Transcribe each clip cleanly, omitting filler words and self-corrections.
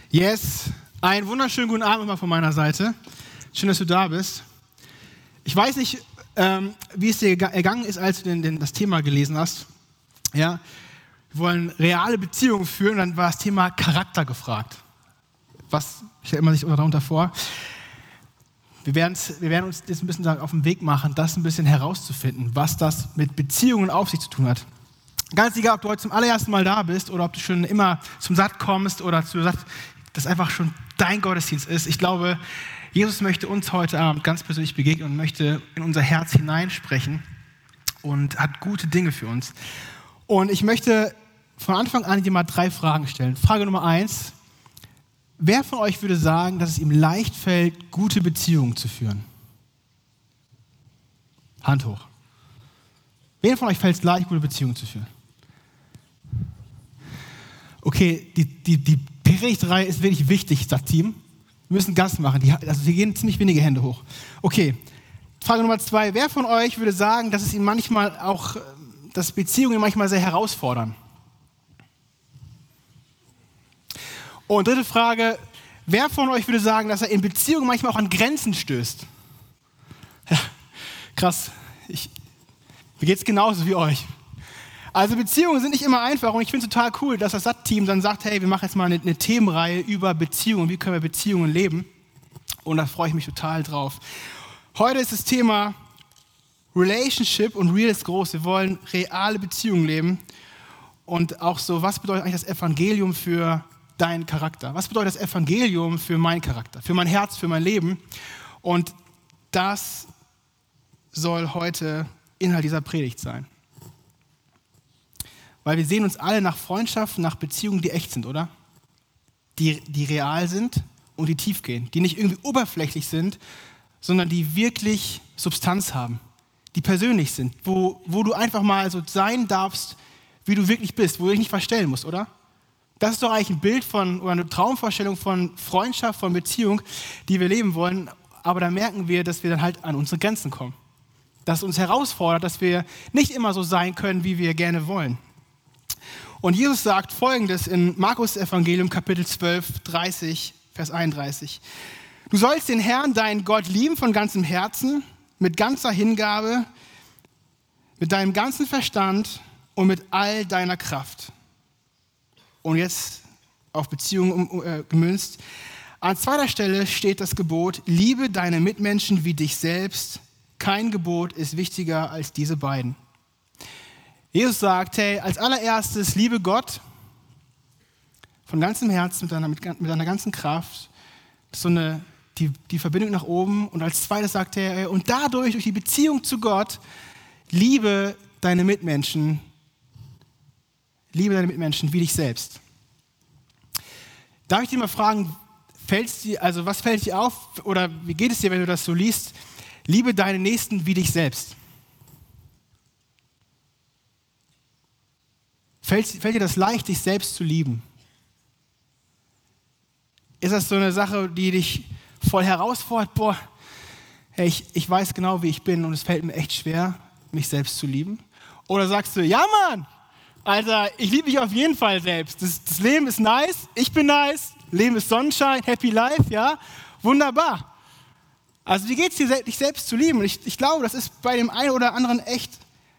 Yes, einen wunderschönen guten Abend nochmal von meiner Seite. Schön, dass du da bist. Ich weiß nicht, wie es dir ergangen ist, als du das Thema gelesen hast. Ja, wir wollen reale Beziehungen führen und dann war das Thema Charakter gefragt. Was stellt man sich darunter vor? Wir werden uns jetzt ein bisschen auf den Weg machen, das ein bisschen herauszufinden, was das mit Beziehungen auf sich zu tun hat. Ganz egal, ob du heute zum allerersten Mal da bist oder ob du schon immer zum Satt kommst oder du sagst, das einfach schon dein Gottesdienst ist. Ich glaube, Jesus möchte uns heute Abend ganz persönlich begegnen und möchte in unser Herz hineinsprechen und hat gute Dinge für uns. Und ich möchte von Anfang an dir mal 3 Fragen stellen. Frage Nummer 1. Wer von euch würde sagen, dass es ihm leicht fällt, gute Beziehungen zu führen? Hand hoch. Wer von euch fällt es leicht, gute Beziehungen zu führen? Okay, die Predigtreihe ist wirklich wichtig, sagt Team. Wir müssen Gas machen. Also hier gehen ziemlich wenige Hände hoch. Okay, Frage Nummer 2. Wer von euch würde sagen, dass es ihn manchmal auch, dass Beziehungen manchmal sehr herausfordern? Und dritte Frage. Wer von euch würde sagen, dass er in Beziehungen manchmal auch an Grenzen stößt? Ja, krass. Mir geht es genauso wie euch. Also Beziehungen sind nicht immer einfach und ich finde es total cool, dass das SAT-Team dann sagt, hey, wir machen jetzt mal eine Themenreihe über Beziehungen, wie können wir Beziehungen leben? Und da freue ich mich total drauf. Heute ist das Thema Relationship und Real ist groß. Wir wollen reale Beziehungen leben und auch so, was bedeutet eigentlich das Evangelium für deinen Charakter? Was bedeutet das Evangelium für meinen Charakter, für mein Herz, für mein Leben? Und das soll heute Inhalt dieser Predigt sein. Weil wir sehen uns alle nach Freundschaften, nach Beziehungen, die echt sind, oder? Die real sind und die tief gehen. Die nicht irgendwie oberflächlich sind, sondern die wirklich Substanz haben. Die persönlich sind. Wo du einfach mal so sein darfst, wie du wirklich bist. Wo du dich nicht verstellen musst, oder? Das ist doch eigentlich ein Bild oder eine Traumvorstellung von Freundschaft, von Beziehung, die wir leben wollen. Aber da merken wir, dass wir dann halt an unsere Grenzen kommen. Dass es uns herausfordert, dass wir nicht immer so sein können, wie wir gerne wollen. Und Jesus sagt Folgendes in Markus Evangelium Kapitel 12, 30, Vers 31. Du sollst den Herrn, deinen Gott, lieben von ganzem Herzen, mit ganzer Hingabe, mit deinem ganzen Verstand und mit all deiner Kraft. Und jetzt auf Beziehungen gemünzt. An zweiter Stelle steht das Gebot, liebe deine Mitmenschen wie dich selbst. Kein Gebot ist wichtiger als diese beiden. Jesus sagt, hey, als allererstes liebe Gott von ganzem Herzen, mit deiner ganzen Kraft. Das ist so die Verbindung nach oben. Und als zweites sagt er, hey, und dadurch, durch die Beziehung zu Gott, liebe deine Mitmenschen wie dich selbst. Darf ich dich mal fragen, was fällt dir auf oder wie geht es dir, wenn du das so liest? Liebe deine Nächsten wie dich selbst. Fällt dir das leicht, dich selbst zu lieben? Ist das so eine Sache, die dich voll herausfordert? Boah, hey, ich weiß genau, wie ich bin und es fällt mir echt schwer, mich selbst zu lieben. Oder sagst du, ja Mann, Alter, ich liebe mich auf jeden Fall selbst. Das Leben ist nice, ich bin nice, Leben ist Sonnenschein, happy life, ja, wunderbar. Also wie geht es dir, dich selbst zu lieben? Und ich glaube, das ist bei dem einen oder anderen echt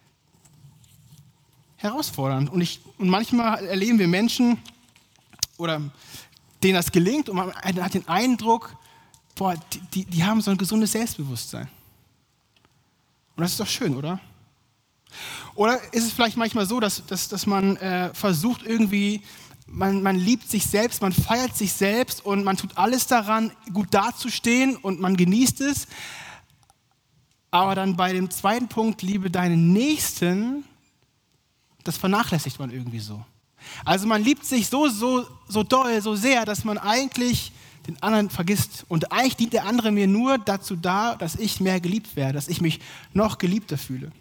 herausfordernd. Und manchmal erleben wir Menschen, oder denen das gelingt und man hat den Eindruck, boah, die haben so ein gesundes Selbstbewusstsein. Und das ist doch schön, oder? Oder ist es vielleicht manchmal so, dass man versucht irgendwie, man liebt sich selbst, man feiert sich selbst und man tut alles daran, gut dazustehen und man genießt es. Aber dann bei dem zweiten Punkt, liebe deinen Nächsten, das vernachlässigt man irgendwie so. Also man liebt sich so doll, so sehr, dass man eigentlich den anderen vergisst. Und eigentlich dient der andere mir nur dazu da, dass ich mehr geliebt werde, dass ich mich noch geliebter fühle.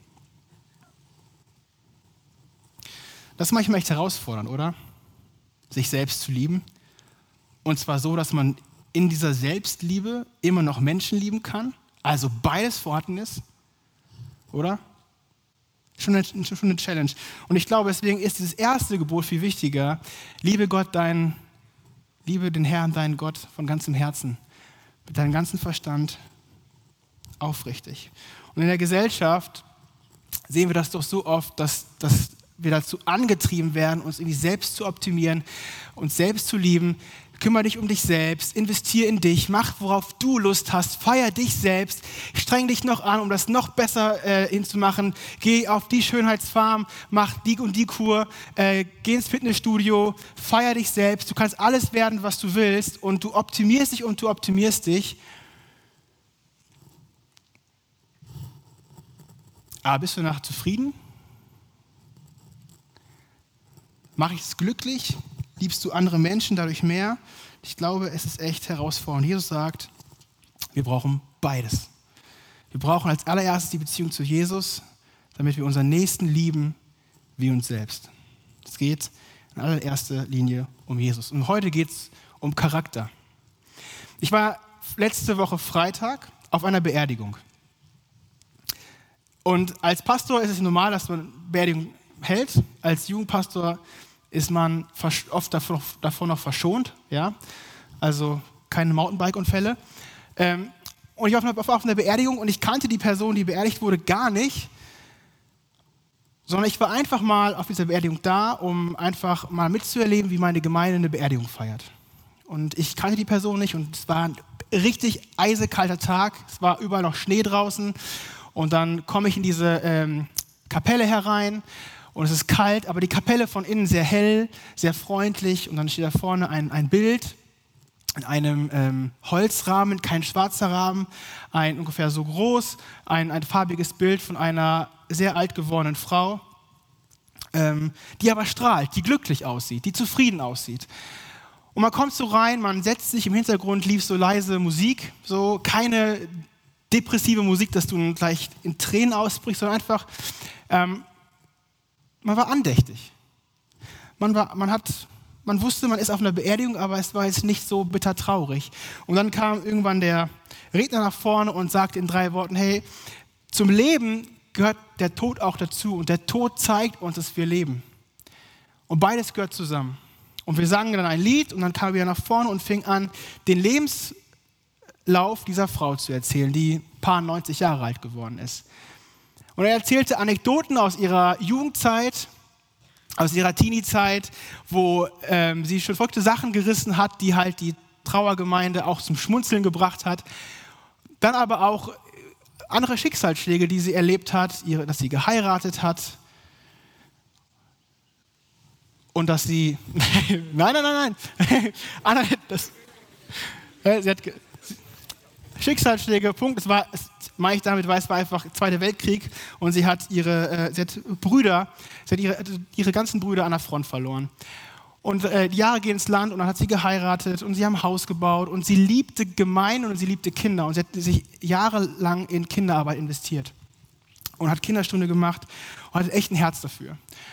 Das ist manchmal echt herausfordernd, oder? Sich selbst zu lieben. Und zwar so, dass man in dieser Selbstliebe immer noch Menschen lieben kann. Also beides vorhanden ist. Oder? Schon eine Challenge. Und ich glaube, deswegen ist dieses erste Gebot viel wichtiger. Liebe Liebe den Herrn, deinen Gott, von ganzem Herzen, mit deinem ganzen Verstand, aufrichtig. Und in der Gesellschaft sehen wir das doch so oft, dass wir dazu angetrieben werden, uns irgendwie selbst zu optimieren, uns selbst zu lieben. Kümmere dich um dich selbst, investiere in dich, mach, worauf du Lust hast, feier dich selbst, streng dich noch an, um das noch besser hinzumachen. Geh auf die Schönheitsfarm, mach die und die Kur, geh ins Fitnessstudio, feier dich selbst. Du kannst alles werden, was du willst und du optimierst dich und du optimierst dich. Aber bist du danach zufrieden? Mache ich es glücklich? Liebst du andere Menschen dadurch mehr? Ich glaube, es ist echt herausfordernd. Jesus sagt, wir brauchen beides. Wir brauchen als allererstes die Beziehung zu Jesus, damit wir unseren Nächsten lieben wie uns selbst. Es geht in allererster Linie um Jesus. Und heute geht es um Charakter. Ich war letzte Woche Freitag auf einer Beerdigung. Und als Pastor ist es normal, dass man Beerdigung hält. Als Jugendpastor ist man oft davon noch verschont, ja, also keine Mountainbike-Unfälle. Und ich war auf einer Beerdigung und ich kannte die Person, die beerdigt wurde, gar nicht, sondern ich war einfach mal auf dieser Beerdigung da, um einfach mal mitzuerleben, wie meine Gemeinde eine Beerdigung feiert. Und ich kannte die Person nicht und es war ein richtig eisekalter Tag, es war überall noch Schnee draußen und dann komme ich in diese Kapelle herein. Und es ist kalt, aber die Kapelle von innen sehr hell, sehr freundlich. Und dann steht da vorne ein Bild in einem Holzrahmen, kein schwarzer Rahmen, ein ungefähr so groß, ein farbiges Bild von einer sehr alt gewordenen Frau, die aber strahlt, die glücklich aussieht, die zufrieden aussieht. Und man kommt so rein, man setzt sich, im Hintergrund lief so leise Musik, so keine depressive Musik, dass du gleich in Tränen ausbrichst, sondern einfach... man war andächtig. Man wusste, man ist auf einer Beerdigung, aber es war jetzt nicht so bitter traurig. Und dann kam irgendwann der Redner nach vorne und sagte in 3 Worten, hey, zum Leben gehört der Tod auch dazu und der Tod zeigt uns, dass wir leben. Und beides gehört zusammen. Und wir sangen dann ein Lied und dann kam er wieder nach vorne und fing an, den Lebenslauf dieser Frau zu erzählen, die paar 90 Jahre alt geworden ist. Und er erzählte Anekdoten aus ihrer Jugendzeit, aus ihrer Teenie-Zeit, wo sie schon verrückte Sachen gerissen hat, die halt die Trauergemeinde auch zum Schmunzeln gebracht hat. Dann aber auch andere Schicksalsschläge, die sie erlebt hat, dass sie geheiratet hat und dass sie... nein. Sie hat Schicksalsschläge, Punkt. Es war einfach Zweiter Weltkrieg und sie hat ihre ganzen Brüder an der Front verloren. Und die Jahre gehen ins Land und dann hat sie geheiratet und sie haben ein Haus gebaut und sie liebte Gemeinde und sie liebte Kinder und sie hat sich jahrelang in Kinderarbeit investiert und hat Kinderstunde gemacht und hatte echt ein Herz dafür.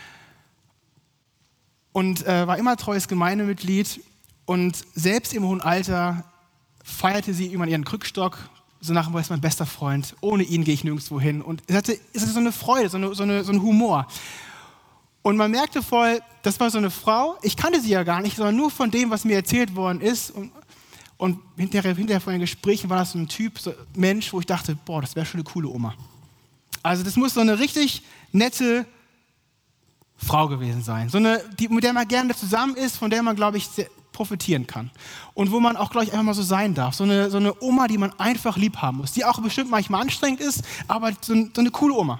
Und war immer treues Gemeindemitglied und selbst im hohen Alter feierte sie irgendwann ihren Krückstock, so nach dem Motto, er ist mein bester Freund, ohne ihn gehe ich nirgendwo hin. Und es hatte so eine Freude, so ein Humor. Und man merkte voll, das war so eine Frau, ich kannte sie ja gar nicht, sondern nur von dem, was mir erzählt worden ist. Und hinterher von den Gesprächen war das so ein Typ, so ein Mensch, wo ich dachte, boah, das wäre schon eine coole Oma. Also das muss so eine richtig nette Frau gewesen sein. So eine, mit der man gerne zusammen ist, von der man, glaube ich, profitieren kann. Und wo man auch, glaube ich, einfach mal so sein darf. So eine Oma, die man einfach lieb haben muss. Die auch bestimmt manchmal anstrengend ist, aber so eine coole Oma.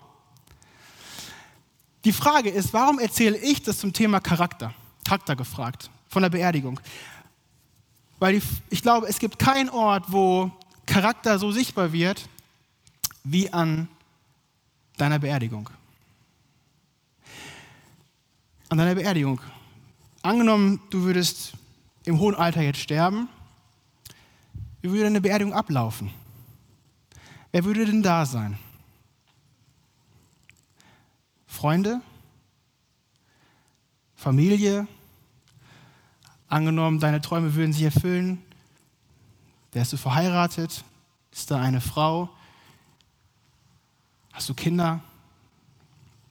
Die Frage ist, warum erzähle ich das zum Thema Charakter? Charakter gefragt, von der Beerdigung. Weil ich glaube, es gibt keinen Ort, wo Charakter so sichtbar wird, wie an deiner Beerdigung. An deiner Beerdigung. Angenommen, du würdest im hohen Alter jetzt sterben, wie würde eine Beerdigung ablaufen? Wer würde denn da sein? Freunde? Familie? Angenommen, deine Träume würden sich erfüllen, wärst du verheiratet? Ist da eine Frau? Hast du Kinder?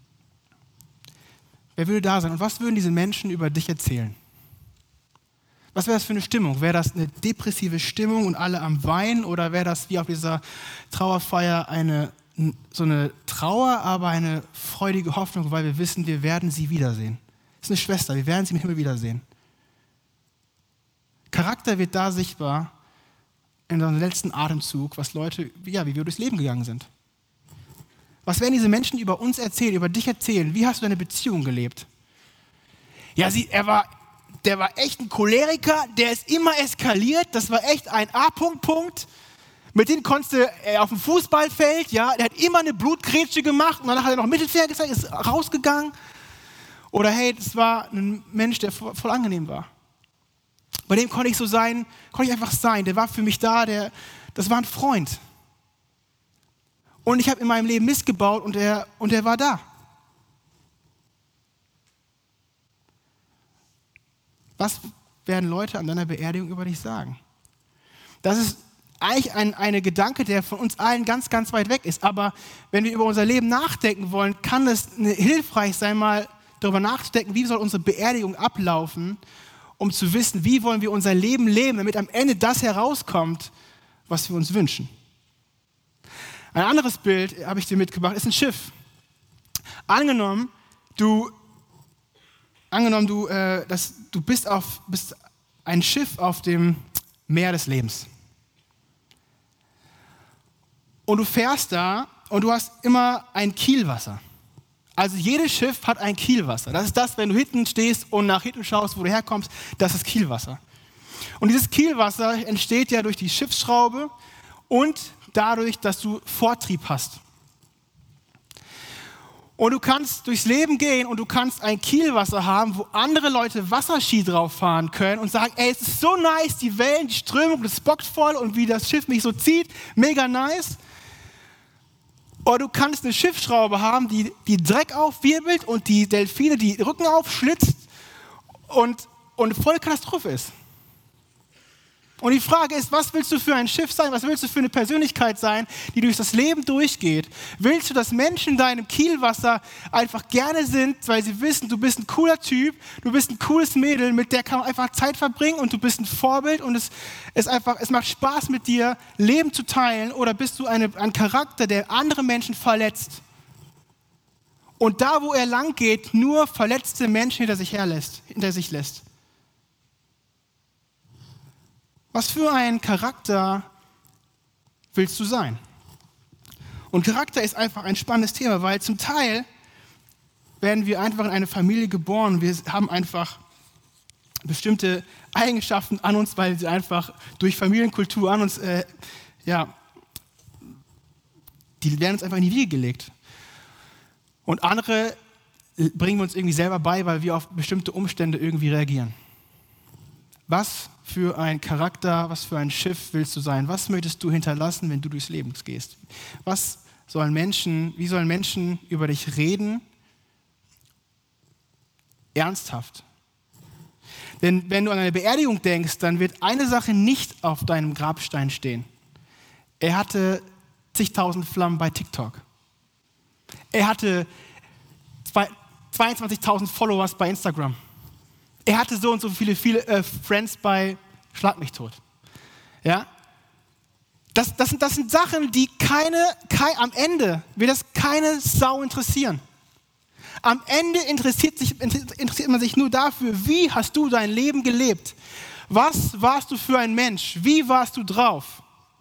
Wer würde da sein? Und was würden diese Menschen über dich erzählen? Was wäre das für eine Stimmung? Wäre das eine depressive Stimmung und alle am Weinen oder wäre das wie auf dieser Trauerfeier so eine Trauer, aber eine freudige Hoffnung, weil wir wissen, wir werden sie wiedersehen. Das ist eine Schwester, wir werden sie im Himmel wiedersehen. Charakter wird da sichtbar in unserem letzten Atemzug, was Leute, ja, wie wir durchs Leben gegangen sind. Was werden diese Menschen über uns erzählen, über dich erzählen? Wie hast du deine Beziehung gelebt? Ja, der war echt ein Choleriker, der ist immer eskaliert, das war echt ein A-Punkt. Mit dem konntest du auf dem Fußballfeld, ja, der hat immer eine Blutgrätsche gemacht und danach hat er noch Mittelfinger gezeigt, ist rausgegangen. Oder hey, das war ein Mensch, der voll angenehm war. Bei dem konnte ich so sein, konnte ich einfach sein, der war für mich da, das war ein Freund. Und ich habe in meinem Leben Mist gebaut und er war da. Was werden Leute an deiner Beerdigung über dich sagen? Das ist eigentlich ein Gedanke, der von uns allen ganz, ganz weit weg ist. Aber wenn wir über unser Leben nachdenken wollen, kann es hilfreich sein, mal darüber nachzudenken, wie soll unsere Beerdigung ablaufen, um zu wissen, wie wollen wir unser Leben leben, damit am Ende das herauskommt, was wir uns wünschen. Ein anderes Bild habe ich dir mitgebracht, ist ein Schiff. Angenommen, du bist ein Schiff auf dem Meer des Lebens. Und du fährst da und du hast immer ein Kielwasser. Also jedes Schiff hat ein Kielwasser. Das ist das, wenn du hinten stehst und nach hinten schaust, wo du herkommst, das ist Kielwasser. Und dieses Kielwasser entsteht ja durch die Schiffsschraube und dadurch, dass du Vortrieb hast. Und du kannst durchs Leben gehen und du kannst ein Kielwasser haben, wo andere Leute Wasserski drauf fahren können und sagen, ey, es ist so nice, die Wellen, die Strömung, das bockt voll und wie das Schiff mich so zieht, mega nice. Oder du kannst eine Schiffsschraube haben, die Dreck aufwirbelt und die Delfine die Rücken aufschlitzt und volle Katastrophe ist. Und die Frage ist, was willst du für ein Schiff sein? Was willst du für eine Persönlichkeit sein, die durch das Leben durchgeht? Willst du, dass Menschen in deinem Kielwasser einfach gerne sind, weil sie wissen, du bist ein cooler Typ, du bist ein cooles Mädel, mit der kann man einfach Zeit verbringen und du bist ein Vorbild und es macht Spaß mit dir, Leben zu teilen? Oder bist du ein Charakter, der andere Menschen verletzt? Und da, wo er lang geht, nur verletzte Menschen hinter sich lässt. Was für ein Charakter willst du sein? Und Charakter ist einfach ein spannendes Thema, weil zum Teil werden wir einfach in eine Familie geboren. Wir haben einfach bestimmte Eigenschaften an uns, weil sie einfach durch Familienkultur an uns, die werden uns einfach in die Wiege gelegt. Und andere bringen wir uns irgendwie selber bei, weil wir auf bestimmte Umstände irgendwie reagieren. Was für ein Charakter, was für ein Schiff willst du sein? Was möchtest du hinterlassen, wenn du durchs Leben gehst? Wie sollen Menschen über dich reden? Ernsthaft. Denn wenn du an eine Beerdigung denkst, dann wird eine Sache nicht auf deinem Grabstein stehen. Er hatte 60.000 Flammen bei TikTok. Er hatte 22.000 Followers bei Instagram. Er hatte so und so viele Friends bei Schlag mich tot. Ja? Das sind Sachen, die am Ende wird das keine Sau interessieren. Am Ende interessiert man sich nur dafür, wie hast du dein Leben gelebt? Was warst du für ein Mensch? Wie warst du drauf?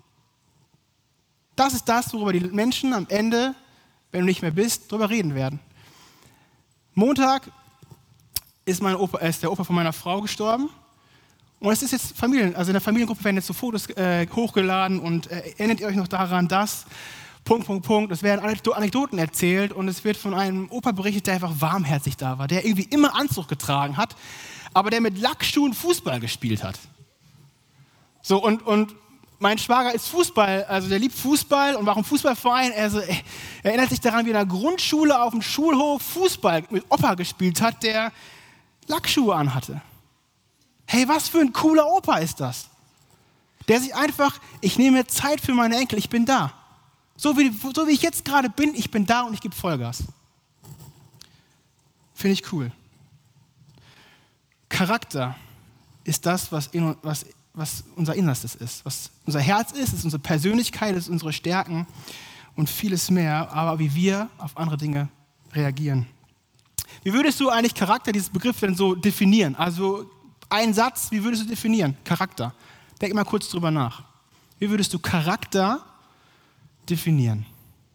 Das ist das, worüber die Menschen am Ende, wenn du nicht mehr bist, darüber reden werden. Montag ist der Opa von meiner Frau gestorben. Und es ist jetzt in der Familiengruppe werden jetzt so Fotos hochgeladen und erinnert ihr euch noch daran, dass, .. Es werden Anekdoten erzählt und es wird von einem Opa berichtet, der einfach warmherzig da war, der irgendwie immer Anzug getragen hat, aber der mit Lackschuhen Fußball gespielt hat. So, und mein Schwager ist Fußball, also der liebt Fußball und war auch im Fußballverein. Er erinnert sich daran, wie er in der Grundschule auf dem Schulhof Fußball mit Opa gespielt hat, der Lackschuhe anhatte. Hey, was für ein cooler Opa ist das? Der sich einfach, ich nehme mir Zeit für meine Enkel, ich bin da. So wie ich jetzt gerade bin, ich bin da und ich gebe Vollgas. Finde ich cool. Charakter ist das, was unser Innerstes ist. Was unser Herz ist unsere Persönlichkeit, ist unsere Stärken und vieles mehr, aber wie wir auf andere Dinge reagieren. Wie würdest du eigentlich Charakter, dieses Begriff denn so definieren? Also ein Satz, wie würdest du definieren? Charakter. Denk mal kurz drüber nach. Wie würdest du Charakter definieren?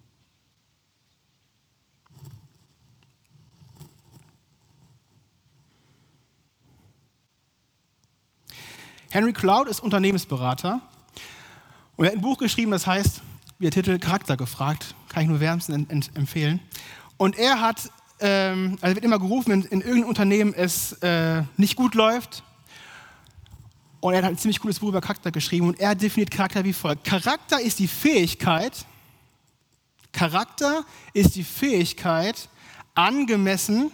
Henry Cloud ist Unternehmensberater und er hat ein Buch geschrieben, das heißt, wie der Titel, Charakter gefragt. Kann ich nur wärmstens empfehlen. Und er hat, wird immer gerufen, wenn in irgendeinem Unternehmen es nicht gut läuft. Und er hat ein ziemlich cooles Buch über Charakter geschrieben und er definiert Charakter wie folgt. Charakter ist die Fähigkeit, angemessen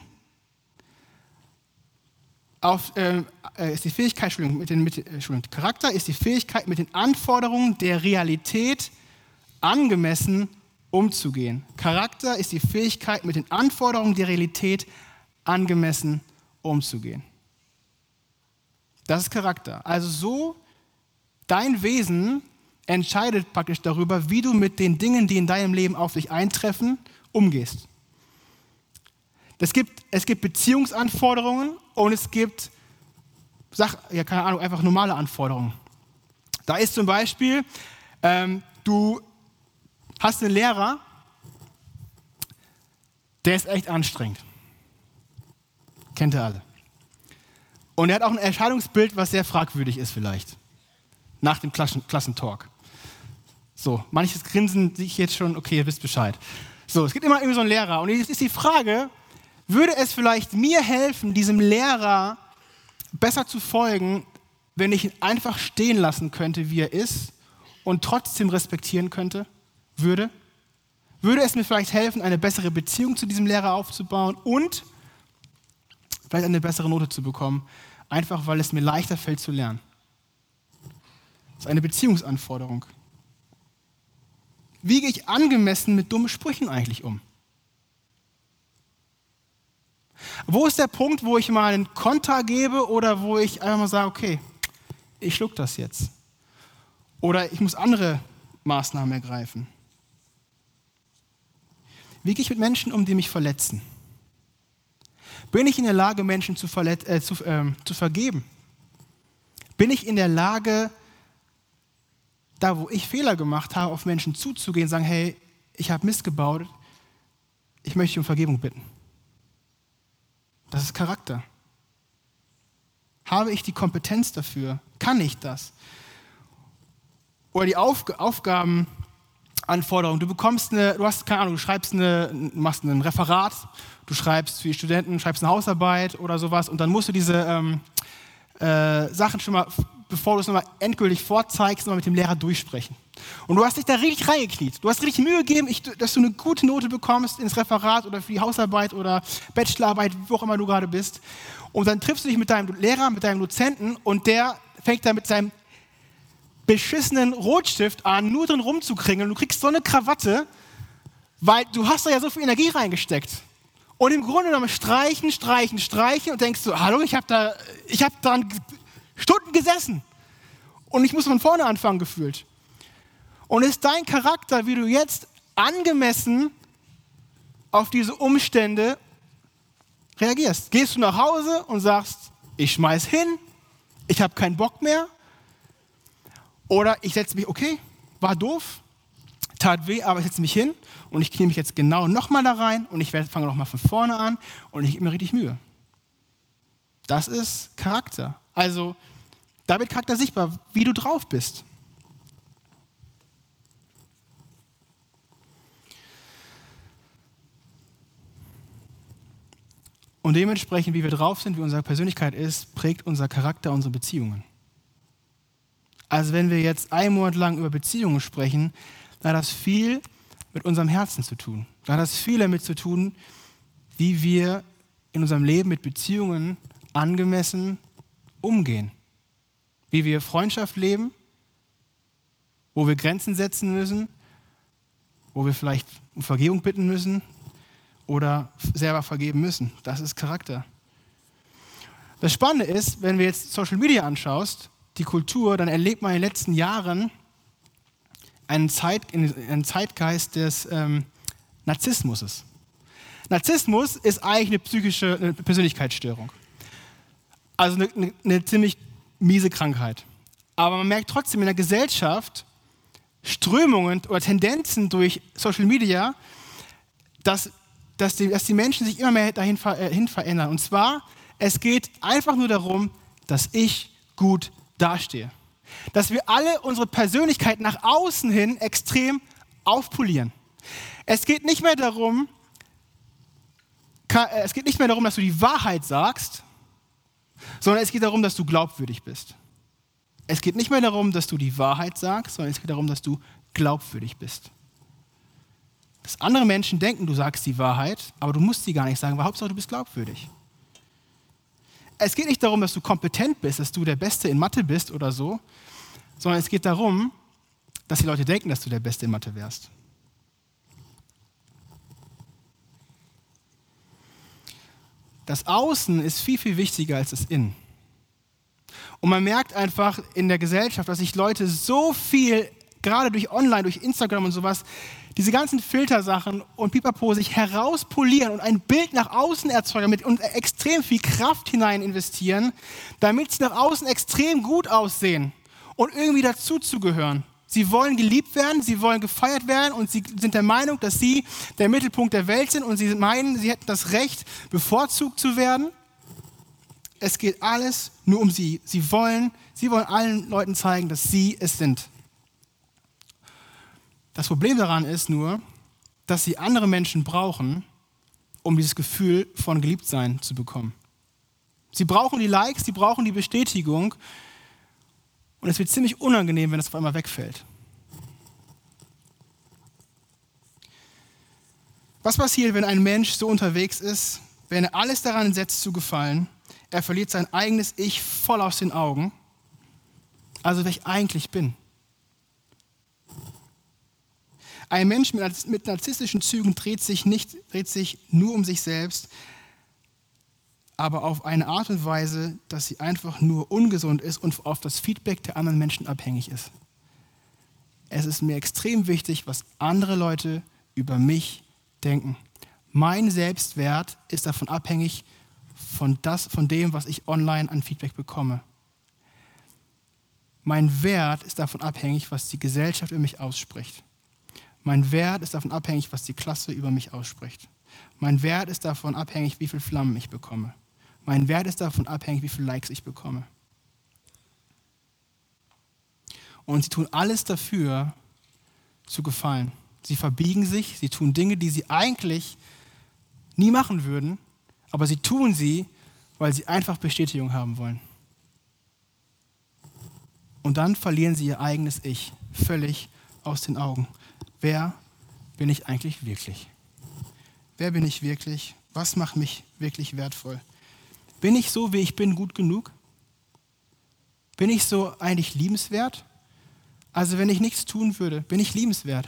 Charakter ist die Fähigkeit, mit den Anforderungen der Realität angemessen umzugehen. Charakter ist die Fähigkeit, mit den Anforderungen der Realität angemessen umzugehen. Das ist Charakter. Also so, dein Wesen entscheidet praktisch darüber, wie du mit den Dingen, die in deinem Leben auf dich eintreffen, umgehst. Es gibt Beziehungsanforderungen und es gibt, einfach normale Anforderungen. Da ist zum Beispiel, du hast einen Lehrer, der ist echt anstrengend. Kennt ihr alle. Und er hat auch ein Erscheinungsbild, was sehr fragwürdig ist vielleicht. Nach dem Klassentalk. So, manches Grinsen sehe ich jetzt schon, okay, ihr wisst Bescheid. So, es gibt immer irgendwie so einen Lehrer. Und jetzt ist die Frage, würde es vielleicht mir helfen, diesem Lehrer besser zu folgen, wenn ich ihn einfach stehen lassen könnte, wie er ist und trotzdem respektieren könnte? Würde es mir vielleicht helfen, eine bessere Beziehung zu diesem Lehrer aufzubauen und vielleicht eine bessere Note zu bekommen, einfach weil es mir leichter fällt zu lernen? Das ist eine Beziehungsanforderung. Wie gehe ich angemessen mit dummen Sprüchen eigentlich um? Wo ist der Punkt, wo ich mal einen Konter gebe oder wo ich einfach mal sage, okay, ich schluck das jetzt. Oder ich muss andere Maßnahmen ergreifen. Wie gehe ich mit Menschen um, die mich verletzen? Bin ich in der Lage, Menschen zu vergeben? Bin ich in der Lage, da wo ich Fehler gemacht habe, auf Menschen zuzugehen und sagen, hey, ich habe Mist gebaut, ich möchte dich um Vergebung bitten? Das ist Charakter. Habe ich die Kompetenz dafür? Kann ich das? Oder die Aufgabenanforderung. Du machst ein Referat, du schreibst für die Studenten, schreibst eine Hausarbeit oder sowas und dann musst du diese Sachen schon mal, bevor du es nochmal endgültig vorzeigst, nochmal mit dem Lehrer durchsprechen. Und du hast dich da richtig reingekniet. Du hast richtig Mühe gegeben, dass du eine gute Note bekommst ins Referat oder für die Hausarbeit oder Bachelorarbeit, wo auch immer du gerade bist. Und dann triffst du dich mit deinem Lehrer, mit deinem Dozenten und der fängt dann mit seinem beschissenen Rotstift an, nur drin rumzukringeln. Du kriegst so eine Krawatte, weil du hast da ja so viel Energie reingesteckt. Und im Grunde genommen streichen und denkst du, hallo, ich hab daran Stunden gesessen. Und ich muss von vorne anfangen gefühlt. Und ist dein Charakter, wie du jetzt angemessen auf diese Umstände reagierst? Gehst du nach Hause und sagst, ich schmeiß hin, ich habe keinen Bock mehr? Oder ich setze mich, okay, war doof, tat weh, aber ich setze mich hin und ich knie mich jetzt genau nochmal da rein und ich fange nochmal von vorne an und ich gebe mir richtig Mühe. Das ist Charakter. Also, da wird Charakter sichtbar, wie du drauf bist. Und dementsprechend, wie wir drauf sind, wie unsere Persönlichkeit ist, prägt unser Charakter unsere Beziehungen. Also wenn wir jetzt einen Monat lang über Beziehungen sprechen, dann hat das viel mit unserem Herzen zu tun. Da hat das viel damit zu tun, wie wir in unserem Leben mit Beziehungen angemessen umgehen. Wie wir Freundschaft leben, wo wir Grenzen setzen müssen, wo wir vielleicht um Vergebung bitten müssen oder selber vergeben müssen. Das ist Charakter. Das Spannende ist, wenn wir jetzt Social Media anschaust, die Kultur, dann erlebt man in den letzten Jahren einen Zeitgeist des Narzissmus. Narzissmus ist eigentlich eine psychische Persönlichkeitsstörung. Also eine ziemlich miese Krankheit. Aber man merkt trotzdem in der Gesellschaft Strömungen oder Tendenzen durch Social Media, dass die Menschen sich immer mehr dahin verändern. Und zwar, es geht einfach nur darum, dass ich gut dastehe. Dass wir alle unsere Persönlichkeit nach außen hin extrem aufpolieren. Es geht nicht mehr darum, dass du die Wahrheit sagst, sondern es geht darum, dass du glaubwürdig bist. Es geht nicht mehr darum, dass du die Wahrheit sagst, sondern es geht darum, dass du glaubwürdig bist. Dass andere Menschen denken, du sagst die Wahrheit, aber du musst sie gar nicht sagen, weil Hauptsache du bist glaubwürdig. Es geht nicht darum, dass du kompetent bist, dass du der Beste in Mathe bist oder so, sondern es geht darum, dass die Leute denken, dass du der Beste in Mathe wärst. Das Außen ist viel, viel wichtiger als das Innen. Und man merkt einfach in der Gesellschaft, dass sich Leute so viel, gerade durch Online, durch Instagram und sowas, diese ganzen Filtersachen und Pipapo sich herauspolieren und ein Bild nach außen erzeugen und extrem viel Kraft hinein investieren, damit sie nach außen extrem gut aussehen und irgendwie dazuzugehören. Sie wollen geliebt werden, sie wollen gefeiert werden und sie sind der Meinung, dass sie der Mittelpunkt der Welt sind und sie meinen, sie hätten das Recht, bevorzugt zu werden. Es geht alles nur um sie. Sie wollen allen Leuten zeigen, dass sie es sind. Das Problem daran ist nur, dass sie andere Menschen brauchen, um dieses Gefühl von Geliebtsein zu bekommen. Sie brauchen die Likes, sie brauchen die Bestätigung und es wird ziemlich unangenehm, wenn das auf einmal wegfällt. Was passiert, wenn ein Mensch so unterwegs ist, wenn er alles daran setzt zu gefallen, er verliert sein eigenes Ich voll aus den Augen, also wer ich eigentlich bin. Ein Mensch mit narzisstischen Zügen dreht sich nur um sich selbst, aber auf eine Art und Weise, dass sie einfach nur ungesund ist und auf das Feedback der anderen Menschen abhängig ist. Es ist mir extrem wichtig, was andere Leute über mich denken. Mein Selbstwert ist davon abhängig von dem, was ich online an Feedback bekomme. Mein Wert ist davon abhängig, was die Gesellschaft über mich ausspricht. Mein Wert ist davon abhängig, was die Klasse über mich ausspricht. Mein Wert ist davon abhängig, wie viele Flammen ich bekomme. Mein Wert ist davon abhängig, wie viele Likes ich bekomme. Und sie tun alles dafür, zu gefallen. Sie verbiegen sich, sie tun Dinge, die sie eigentlich nie machen würden, aber sie tun sie, weil sie einfach Bestätigung haben wollen. Und dann verlieren sie ihr eigenes Ich völlig aus den Augen. Wer bin ich eigentlich wirklich? Wer bin ich wirklich? Was macht mich wirklich wertvoll? Bin ich so, wie ich bin, gut genug? Bin ich so eigentlich liebenswert? Also wenn ich nichts tun würde, bin ich liebenswert?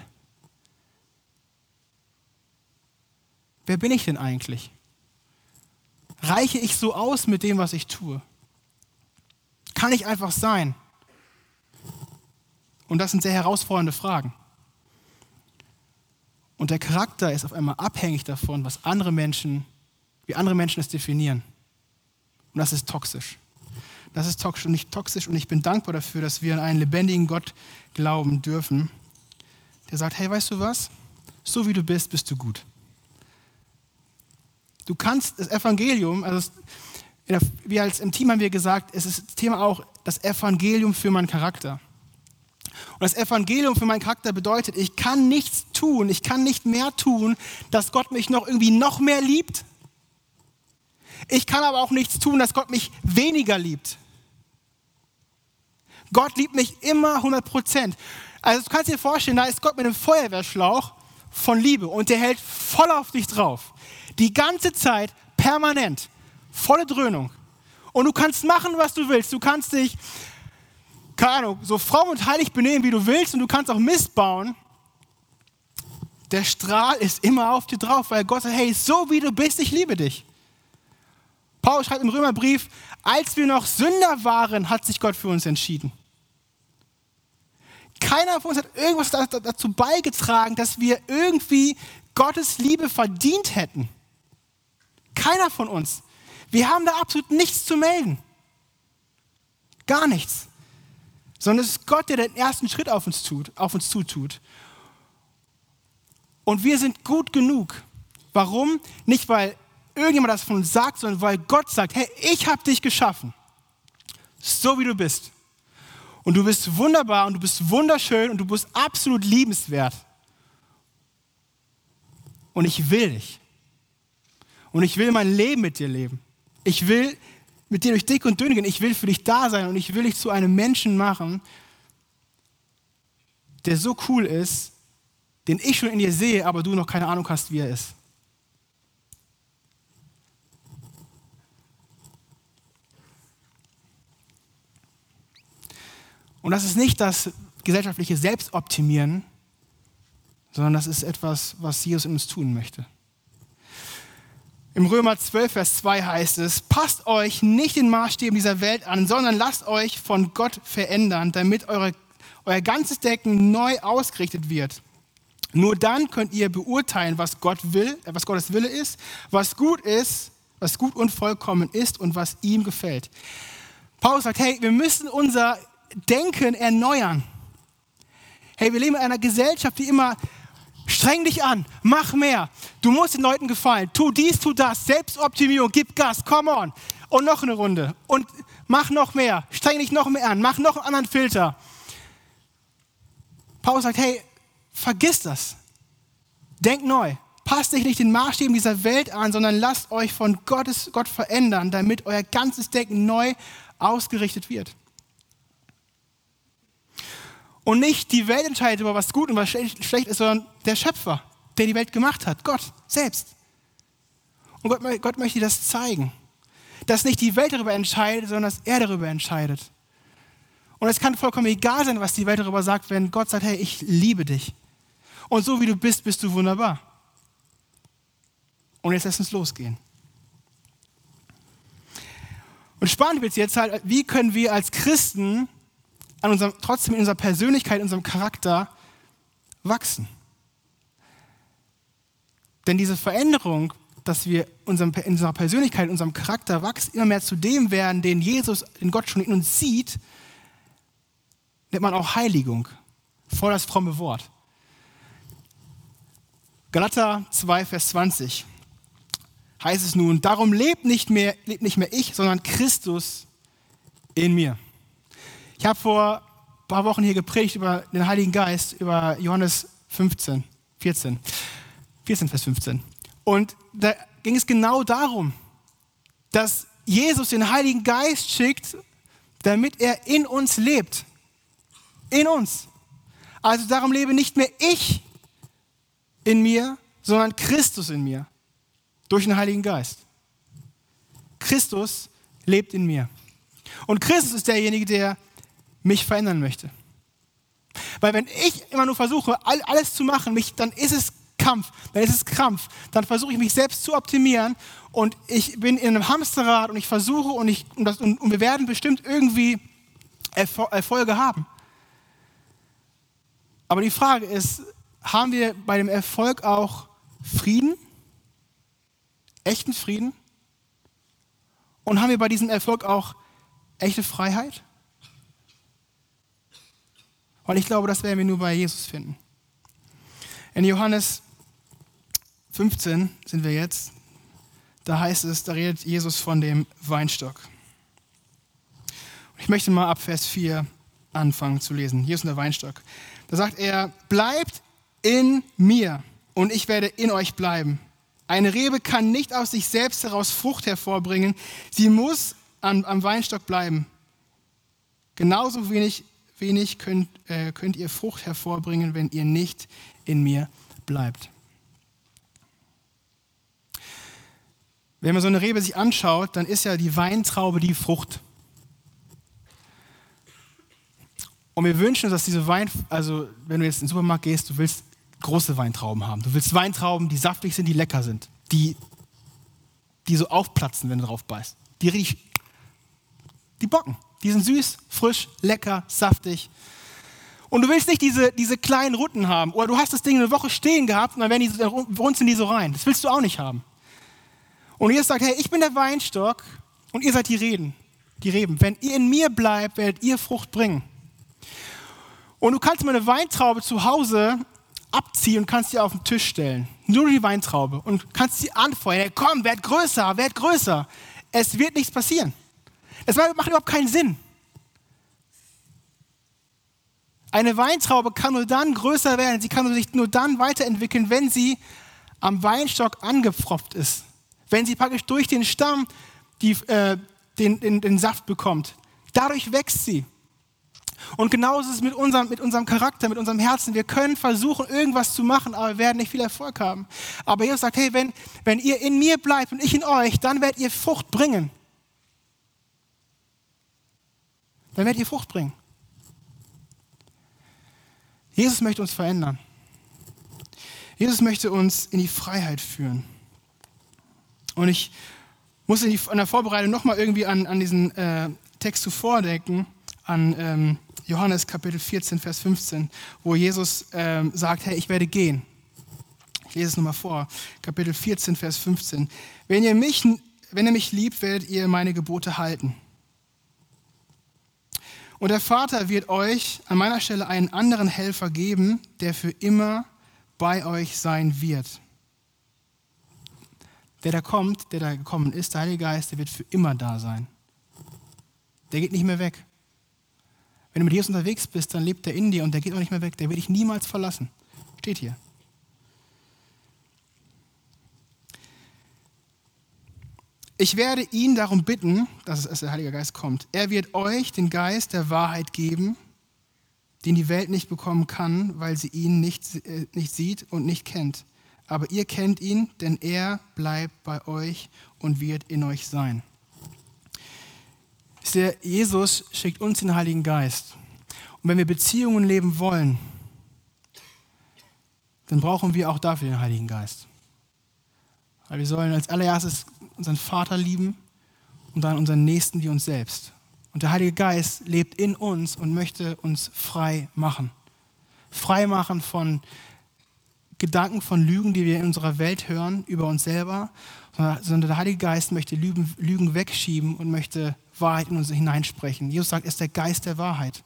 Wer bin ich denn eigentlich? Reiche ich so aus mit dem, was ich tue? Kann ich einfach sein? Und das sind sehr herausfordernde Fragen. Und der Charakter ist auf einmal abhängig davon, wie andere Menschen es definieren. Und das ist toxisch. Das ist toxisch und ich bin dankbar dafür, dass wir an einen lebendigen Gott glauben dürfen, der sagt, hey, weißt du was? So wie du bist, bist du gut. Du kannst das Evangelium, wir als im Team haben wir gesagt, es ist das Thema auch das Evangelium für meinen Charakter. Und das Evangelium für meinen Charakter bedeutet, ich kann nichts tun, ich kann nicht mehr tun, dass Gott mich noch mehr liebt. Ich kann aber auch nichts tun, dass Gott mich weniger liebt. Gott liebt mich immer 100%. Also du kannst dir vorstellen, da ist Gott mit einem Feuerwehrschlauch von Liebe und der hält voll auf dich drauf. Die ganze Zeit, permanent, volle Dröhnung. Und du kannst machen, was du willst. Du kannst dich, keine Ahnung, so fromm und heilig benehmen, wie du willst und du kannst auch Mist bauen. Der Strahl ist immer auf dir drauf, weil Gott sagt, hey, so wie du bist, ich liebe dich. Paulus schreibt im Römerbrief, als wir noch Sünder waren, hat sich Gott für uns entschieden. Keiner von uns hat irgendwas dazu beigetragen, dass wir irgendwie Gottes Liebe verdient hätten. Keiner von uns. Wir haben da absolut nichts zu melden. Gar nichts. Sondern es ist Gott, der den ersten Schritt auf uns zutut. Und wir sind gut genug. Warum? Nicht, weil irgendjemand das von uns sagt, sondern weil Gott sagt, hey, ich habe dich geschaffen. So wie du bist. Und du bist wunderbar und du bist wunderschön und du bist absolut liebenswert. Und ich will dich. Und ich will mein Leben mit dir leben. Ich will mit dir durch dick und dünn gehen. Ich will für dich da sein und ich will dich zu einem Menschen machen, der so cool ist, den ich schon in dir sehe, aber du noch keine Ahnung hast, wie er ist. Und das ist nicht das gesellschaftliche Selbstoptimieren, sondern das ist etwas, was Jesus in uns tun möchte. Im Römer 12, Vers 2 heißt es, passt euch nicht den Maßstäben dieser Welt an, sondern lasst euch von Gott verändern, damit euer ganzes Denken neu ausgerichtet wird. Nur dann könnt ihr beurteilen, was Gottes Wille ist, was gut und vollkommen ist und was ihm gefällt. Paulus sagt, hey, wir müssen unser Denken erneuern. Hey, wir leben in einer Gesellschaft, die immer streng dich an, mach mehr, du musst den Leuten gefallen, tu dies, tu das, Selbstoptimierung, gib Gas, come on. Und noch eine Runde und mach noch mehr, streng dich noch mehr an, mach noch einen anderen Filter. Paulus sagt, hey, vergiss das. Denk neu. Passt dich nicht den Maßstäben dieser Welt an, sondern lasst euch von Gott verändern, damit euer ganzes Denken neu ausgerichtet wird. Und nicht die Welt entscheidet über was gut und was schlecht ist, sondern der Schöpfer, der die Welt gemacht hat, Gott selbst. Und Gott möchte dir das zeigen, dass nicht die Welt darüber entscheidet, sondern dass er darüber entscheidet. Und es kann vollkommen egal sein, was die Welt darüber sagt, wenn Gott sagt, hey, ich liebe dich. Und so wie du bist, bist du wunderbar. Und jetzt lass uns losgehen. Und spannend wird es jetzt halt, wie können wir als Christen trotzdem in unserer Persönlichkeit, in unserem Charakter wachsen. Denn diese Veränderung, dass wir in unserer Persönlichkeit, in unserem Charakter wachsen, immer mehr zu dem werden, den Gott schon in uns sieht, nennt man auch Heiligung. Voll das fromme Wort. Galater 2, Vers 20 heißt es nun, darum lebt nicht mehr ich, sondern Christus in mir. Ich habe vor ein paar Wochen hier gepredigt über den Heiligen Geist, über Johannes 14, Vers 15. Und da ging es genau darum, dass Jesus den Heiligen Geist schickt, damit er in uns lebt. In uns. Also darum lebe nicht mehr ich in mir, sondern Christus in mir. Durch den Heiligen Geist. Christus lebt in mir. Und Christus ist derjenige, der mich verändern möchte. Weil wenn ich immer nur versuche, alles zu machen, dann ist es Kampf, dann versuche ich mich selbst zu optimieren und ich bin in einem Hamsterrad und ich versuche und wir werden bestimmt irgendwie Erfolge haben. Aber die Frage ist, haben wir bei dem Erfolg auch Frieden? Echten Frieden? Und haben wir bei diesem Erfolg auch echte Freiheit? Weil ich glaube, das werden wir nur bei Jesus finden. In Johannes 15 sind wir jetzt. Da heißt es, da redet Jesus von dem Weinstock. Ich möchte mal ab Vers 4 anfangen zu lesen. Jesus und der Weinstock. Da sagt er, bleibt in mir und ich werde in euch bleiben. Eine Rebe kann nicht aus sich selbst heraus Frucht hervorbringen. Sie muss am Weinstock bleiben. Genauso wenig könnt ihr Frucht hervorbringen, wenn ihr nicht in mir bleibt. Wenn man so eine Rebe sich anschaut, dann ist ja die Weintraube die Frucht. Und wir wünschen uns, dass diese also wenn du jetzt in den Supermarkt gehst, du willst große Weintrauben haben. Du willst Weintrauben, die saftig sind, die lecker sind, die die so aufplatzen, wenn du drauf beißt. Die bocken. Die sind süß, frisch, lecker, saftig. Und du willst nicht diese kleinen Rutten haben. Oder du hast das Ding eine Woche stehen gehabt und dann runzeln die so rein. Das willst du auch nicht haben. Und Jesus sagt, hey, ich bin der Weinstock und ihr seid die Reben. Wenn ihr in mir bleibt, werdet ihr Frucht bringen. Und du kannst mal eine Weintraube zu Hause abziehen und kannst sie auf den Tisch stellen. Nur die Weintraube. Und kannst sie anfeuern. Hey, komm, werd größer. Es wird nichts passieren. Das macht überhaupt keinen Sinn. Eine Weintraube kann nur dann größer werden, sie kann sich nur dann weiterentwickeln, wenn sie am Weinstock angepfropft ist. Wenn sie praktisch durch den Stamm den Saft bekommt. Dadurch wächst sie. Und genauso ist es mit unserem Charakter, mit unserem Herzen. Wir können versuchen, irgendwas zu machen, aber wir werden nicht viel Erfolg haben. Aber Jesus sagt, hey, wenn ihr in mir bleibt und ich in euch, dann werdet ihr Frucht bringen. Jesus möchte uns verändern. Jesus möchte uns in die Freiheit führen. Und ich muss in der Vorbereitung nochmal irgendwie an diesen Text zuvor denken, an Johannes Kapitel 14, Vers 15, wo Jesus sagt, hey, ich werde gehen. Ich lese es nochmal vor, Kapitel 14, Vers 15. Wenn ihr mich liebt, werdet ihr meine Gebote halten. Und der Vater wird euch an meiner Stelle einen anderen Helfer geben, der für immer bei euch sein wird. Der da gekommen ist, der Heilige Geist, der wird für immer da sein. Der geht nicht mehr weg. Wenn du mit Jesus unterwegs bist, dann lebt er in dir und der geht auch nicht mehr weg. Der wird dich niemals verlassen. Steht hier. Ich werde ihn darum bitten, dass der Heilige Geist kommt. Er wird euch den Geist der Wahrheit geben, den die Welt nicht bekommen kann, weil sie ihn nicht sieht und nicht kennt. Aber ihr kennt ihn, denn er bleibt bei euch und wird in euch sein. Jesus schickt uns den Heiligen Geist. Und wenn wir Beziehungen leben wollen, dann brauchen wir auch dafür den Heiligen Geist. Weil wir sollen als allererstes unseren Vater lieben und dann unseren Nächsten wie uns selbst. Und der Heilige Geist lebt in uns und möchte uns frei machen. Frei machen von Gedanken, von Lügen, die wir in unserer Welt hören, über uns selber. Sondern der Heilige Geist möchte Lügen wegschieben und möchte Wahrheit in uns hineinsprechen. Jesus sagt, er ist der Geist der Wahrheit.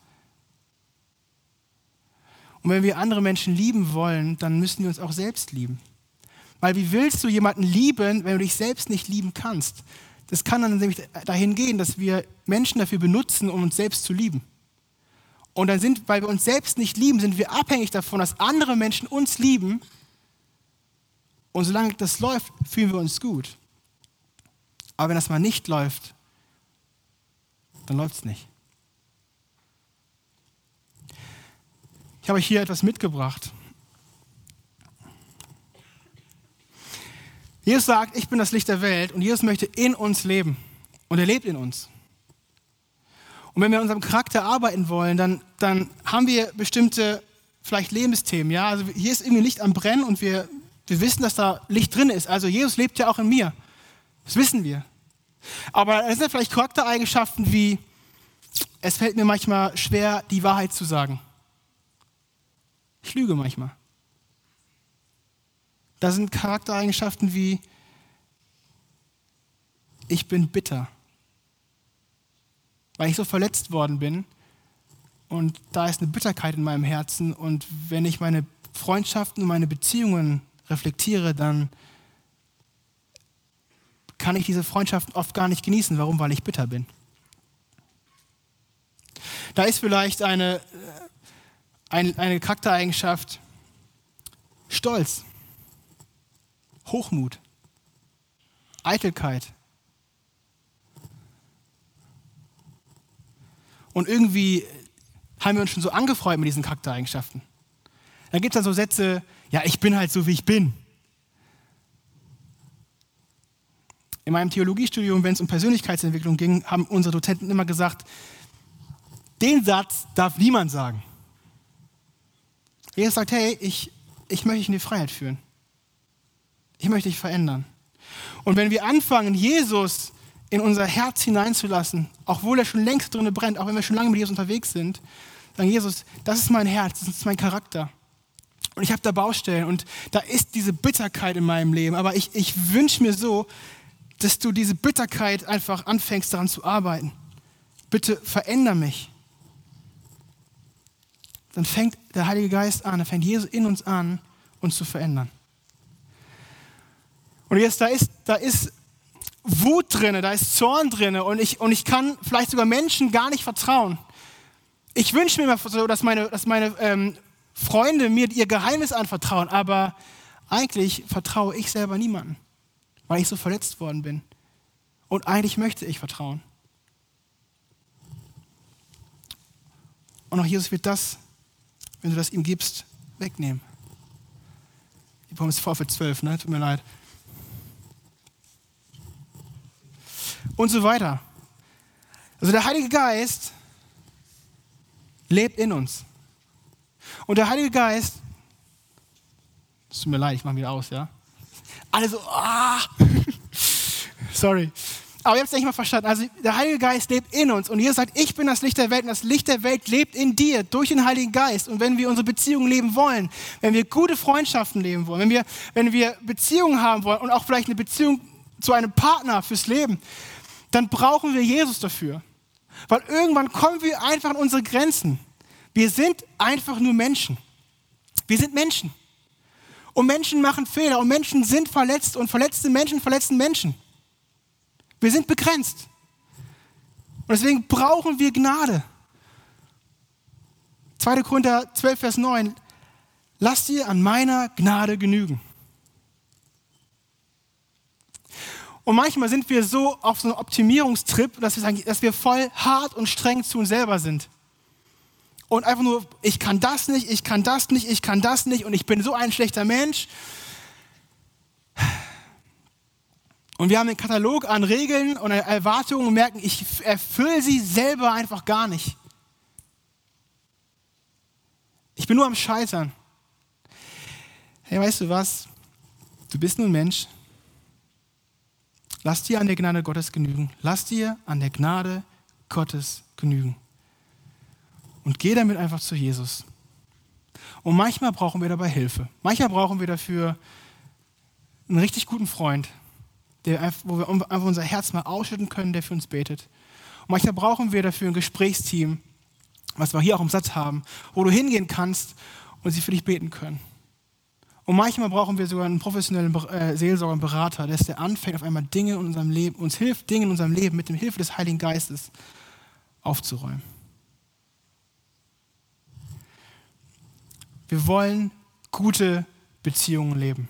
Und wenn wir andere Menschen lieben wollen, dann müssen wir uns auch selbst lieben. Weil wie willst du jemanden lieben, wenn du dich selbst nicht lieben kannst? Das kann dann nämlich dahin gehen, dass wir Menschen dafür benutzen, um uns selbst zu lieben. Und dann weil wir uns selbst nicht lieben, sind wir abhängig davon, dass andere Menschen uns lieben. Und solange das läuft, fühlen wir uns gut. Aber wenn das mal nicht läuft, dann läuft es nicht. Ich habe euch hier etwas mitgebracht. Jesus sagt, ich bin das Licht der Welt und Jesus möchte in uns leben. Und er lebt in uns. Und wenn wir an unserem Charakter arbeiten wollen, dann haben wir bestimmte vielleicht Lebensthemen. Ja? Also hier ist irgendwie Licht am Brennen und wir wissen, dass da Licht drin ist. Also Jesus lebt ja auch in mir. Das wissen wir. Aber es sind vielleicht Charaktereigenschaften wie, es fällt mir manchmal schwer, die Wahrheit zu sagen. Ich lüge manchmal. Da sind Charaktereigenschaften wie, ich bin bitter, weil ich so verletzt worden bin und da ist eine Bitterkeit in meinem Herzen und wenn ich meine Freundschaften und meine Beziehungen reflektiere, dann kann ich diese Freundschaften oft gar nicht genießen. Warum? Weil ich bitter bin. Da ist vielleicht eine Charaktereigenschaft Stolz. Hochmut, Eitelkeit. Und irgendwie haben wir uns schon so angefreut mit diesen Charaktereigenschaften. Dann gibt es dann so Sätze, ja, ich bin halt so, wie ich bin. In meinem Theologiestudium, wenn es um Persönlichkeitsentwicklung ging, haben unsere Dozenten immer gesagt, den Satz darf niemand sagen. Jesus sagt, hey, ich möchte dich in die Freiheit führen. Ich möchte dich verändern. Und wenn wir anfangen, Jesus in unser Herz hineinzulassen, obwohl er schon längst drin brennt, auch wenn wir schon lange mit Jesus unterwegs sind, sagen, Jesus, das ist mein Herz, das ist mein Charakter. Und ich habe da Baustellen und da ist diese Bitterkeit in meinem Leben. Aber ich wünsche mir so, dass du diese Bitterkeit einfach anfängst, daran zu arbeiten. Bitte veränder mich. Dann fängt der Heilige Geist an, dann fängt Jesus in uns an, uns zu verändern. Und jetzt, da ist Wut drin, da ist Zorn drin und ich kann vielleicht sogar Menschen gar nicht vertrauen. Ich wünsche mir immer so, dass meine Freunde mir ihr Geheimnis anvertrauen, aber eigentlich vertraue ich selber niemandem, weil ich so verletzt worden bin. Und eigentlich möchte ich vertrauen. Und auch Jesus wird das, wenn du das ihm gibst, wegnehmen. Die Poem ist vor für 12, ne? Tut mir leid. Und so weiter. Also der Heilige Geist lebt in uns. Und der Heilige Geist, es tut mir leid, ich mache wieder aus, ja? Alle so, sorry. Aber ihr habt es nicht mal verstanden. Also der Heilige Geist lebt in uns und Jesus sagt, ich bin das Licht der Welt und das Licht der Welt lebt in dir durch den Heiligen Geist. Und wenn wir unsere Beziehungen leben wollen, wenn wir gute Freundschaften leben wollen, wenn wir Beziehungen haben wollen und auch vielleicht eine Beziehung zu einem Partner fürs Leben, dann brauchen wir Jesus dafür. Weil irgendwann kommen wir einfach an unsere Grenzen. Wir sind einfach nur Menschen. Wir sind Menschen. Und Menschen machen Fehler und Menschen sind verletzt und verletzte Menschen verletzen Menschen. Wir sind begrenzt. Und deswegen brauchen wir Gnade. 2. Korinther 12, Vers 9. Lasst dir an meiner Gnade genügen. Und manchmal sind wir so auf so einem Optimierungstrip, dass wir sagen, dass wir voll hart und streng zu uns selber sind. Und einfach nur, ich kann das nicht, ich kann das nicht, ich kann das nicht und ich bin so ein schlechter Mensch. Und wir haben einen Katalog an Regeln und Erwartungen und merken, ich erfülle sie selber einfach gar nicht. Ich bin nur am Scheitern. Hey, weißt du was? Du bist nur ein Mensch. Lass dir an der Gnade Gottes genügen. Lass dir an der Gnade Gottes genügen. Und geh damit einfach zu Jesus. Und manchmal brauchen wir dabei Hilfe. Manchmal brauchen wir dafür einen richtig guten Freund, wo wir einfach unser Herz mal ausschütten können, der für uns betet. Und manchmal brauchen wir dafür ein Gesprächsteam, was wir hier auch im Satz haben, wo du hingehen kannst und sie für dich beten können. Und manchmal brauchen wir sogar einen professionellen Seelsorger und Berater, der anfängt, auf einmal Dinge in unserem Leben, uns hilft, Dinge in unserem Leben mit der Hilfe des Heiligen Geistes aufzuräumen. Wir wollen gute Beziehungen leben.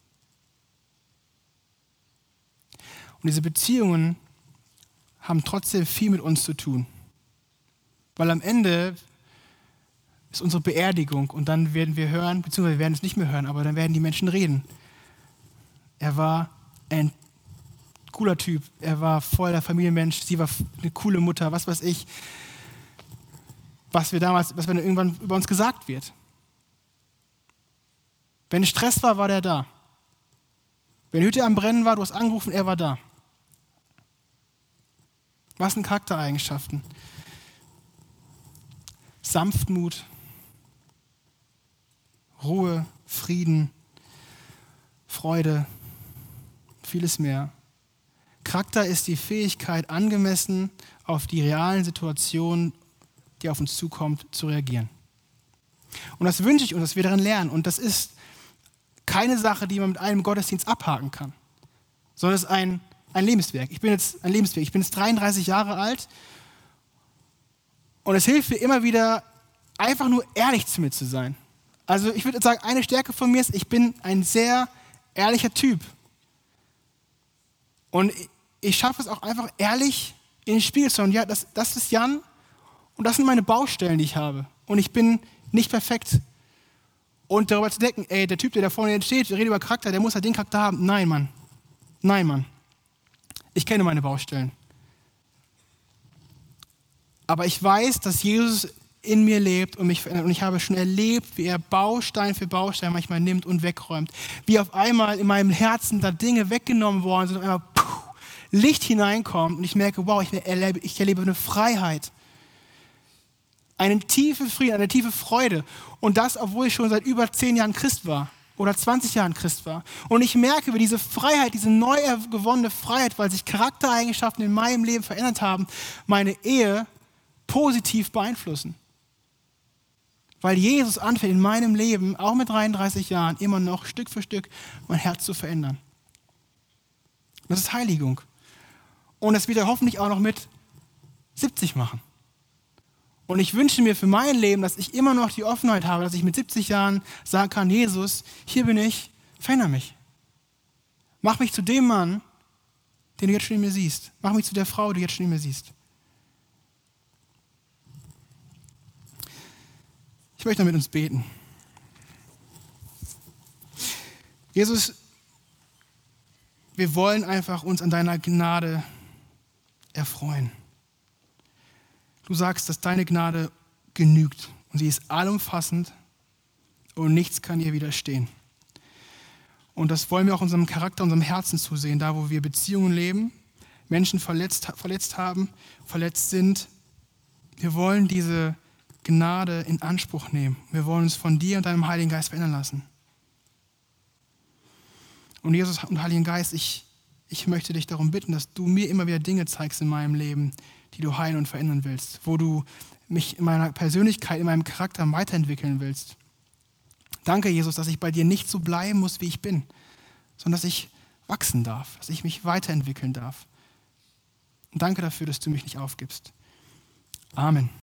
Und diese Beziehungen haben trotzdem viel mit uns zu tun. Weil am Ende ist unsere Beerdigung und dann werden wir hören, beziehungsweise wir werden es nicht mehr hören, aber dann werden die Menschen reden. Er war ein cooler Typ, er war voll der Familienmensch, sie war eine coole Mutter, was weiß ich, was dann irgendwann über uns gesagt wird. Wenn Stress war, war der da. Wenn die Hütte am Brennen war, du hast angerufen, er war da. Was sind Charaktereigenschaften? Sanftmut, Ruhe, Frieden, Freude, vieles mehr. Charakter ist die Fähigkeit, angemessen auf die realen Situationen, die auf uns zukommt, zu reagieren. Und das wünsche ich uns, dass wir daran lernen. Und das ist keine Sache, die man mit einem Gottesdienst abhaken kann, sondern es ist ein Lebenswerk. Ich bin jetzt 33 Jahre alt und es hilft mir immer wieder, einfach nur ehrlich zu mir zu sein. Also ich würde sagen, eine Stärke von mir ist, ich bin ein sehr ehrlicher Typ. Und ich schaffe es auch einfach ehrlich in den Spiegel zu schauen. Ja, das ist Jan und das sind meine Baustellen, die ich habe. Und ich bin nicht perfekt. Und darüber zu denken, der Typ, der da vorne steht, der redet über Charakter, der muss halt den Charakter haben. Nein, Mann. Ich kenne meine Baustellen. Aber ich weiß, dass Jesus in mir lebt und mich verändert. Und ich habe schon erlebt, wie er Baustein für Baustein manchmal nimmt und wegräumt. Wie auf einmal in meinem Herzen da Dinge weggenommen worden sind und auf einmal Licht hineinkommt und ich merke, wow, ich erlebe eine Freiheit. Einen tiefen Frieden, eine tiefe Freude. Und das, obwohl ich schon seit über 10 Jahren Christ war oder 20 Jahren Christ war. Und ich merke, wie diese Freiheit, diese neu gewonnene Freiheit, weil sich Charaktereigenschaften in meinem Leben verändert haben, meine Ehe positiv beeinflussen. Weil Jesus anfängt in meinem Leben, auch mit 33 Jahren, immer noch Stück für Stück mein Herz zu verändern. Das ist Heiligung. Und das wird er hoffentlich auch noch mit 70 machen. Und ich wünsche mir für mein Leben, dass ich immer noch die Offenheit habe, dass ich mit 70 Jahren sagen kann, Jesus, hier bin ich, verändere mich. Mach mich zu dem Mann, den du jetzt schon in mir siehst. Mach mich zu der Frau, die du jetzt schon in mir siehst. Ich möchte mit uns beten. Jesus, wir wollen einfach uns an deiner Gnade erfreuen. Du sagst, dass deine Gnade genügt und sie ist allumfassend und nichts kann ihr widerstehen. Und das wollen wir auch unserem Charakter, unserem Herzen zusehen, da wo wir Beziehungen leben, Menschen verletzt haben, verletzt sind. Wir wollen diese Gnade in Anspruch nehmen. Wir wollen uns von dir und deinem Heiligen Geist verändern lassen. Und Jesus und Heiligen Geist, ich möchte dich darum bitten, dass du mir immer wieder Dinge zeigst in meinem Leben, die du heilen und verändern willst, wo du mich in meiner Persönlichkeit, in meinem Charakter weiterentwickeln willst. Danke, Jesus, dass ich bei dir nicht so bleiben muss, wie ich bin, sondern dass ich wachsen darf, dass ich mich weiterentwickeln darf. Und danke dafür, dass du mich nicht aufgibst. Amen.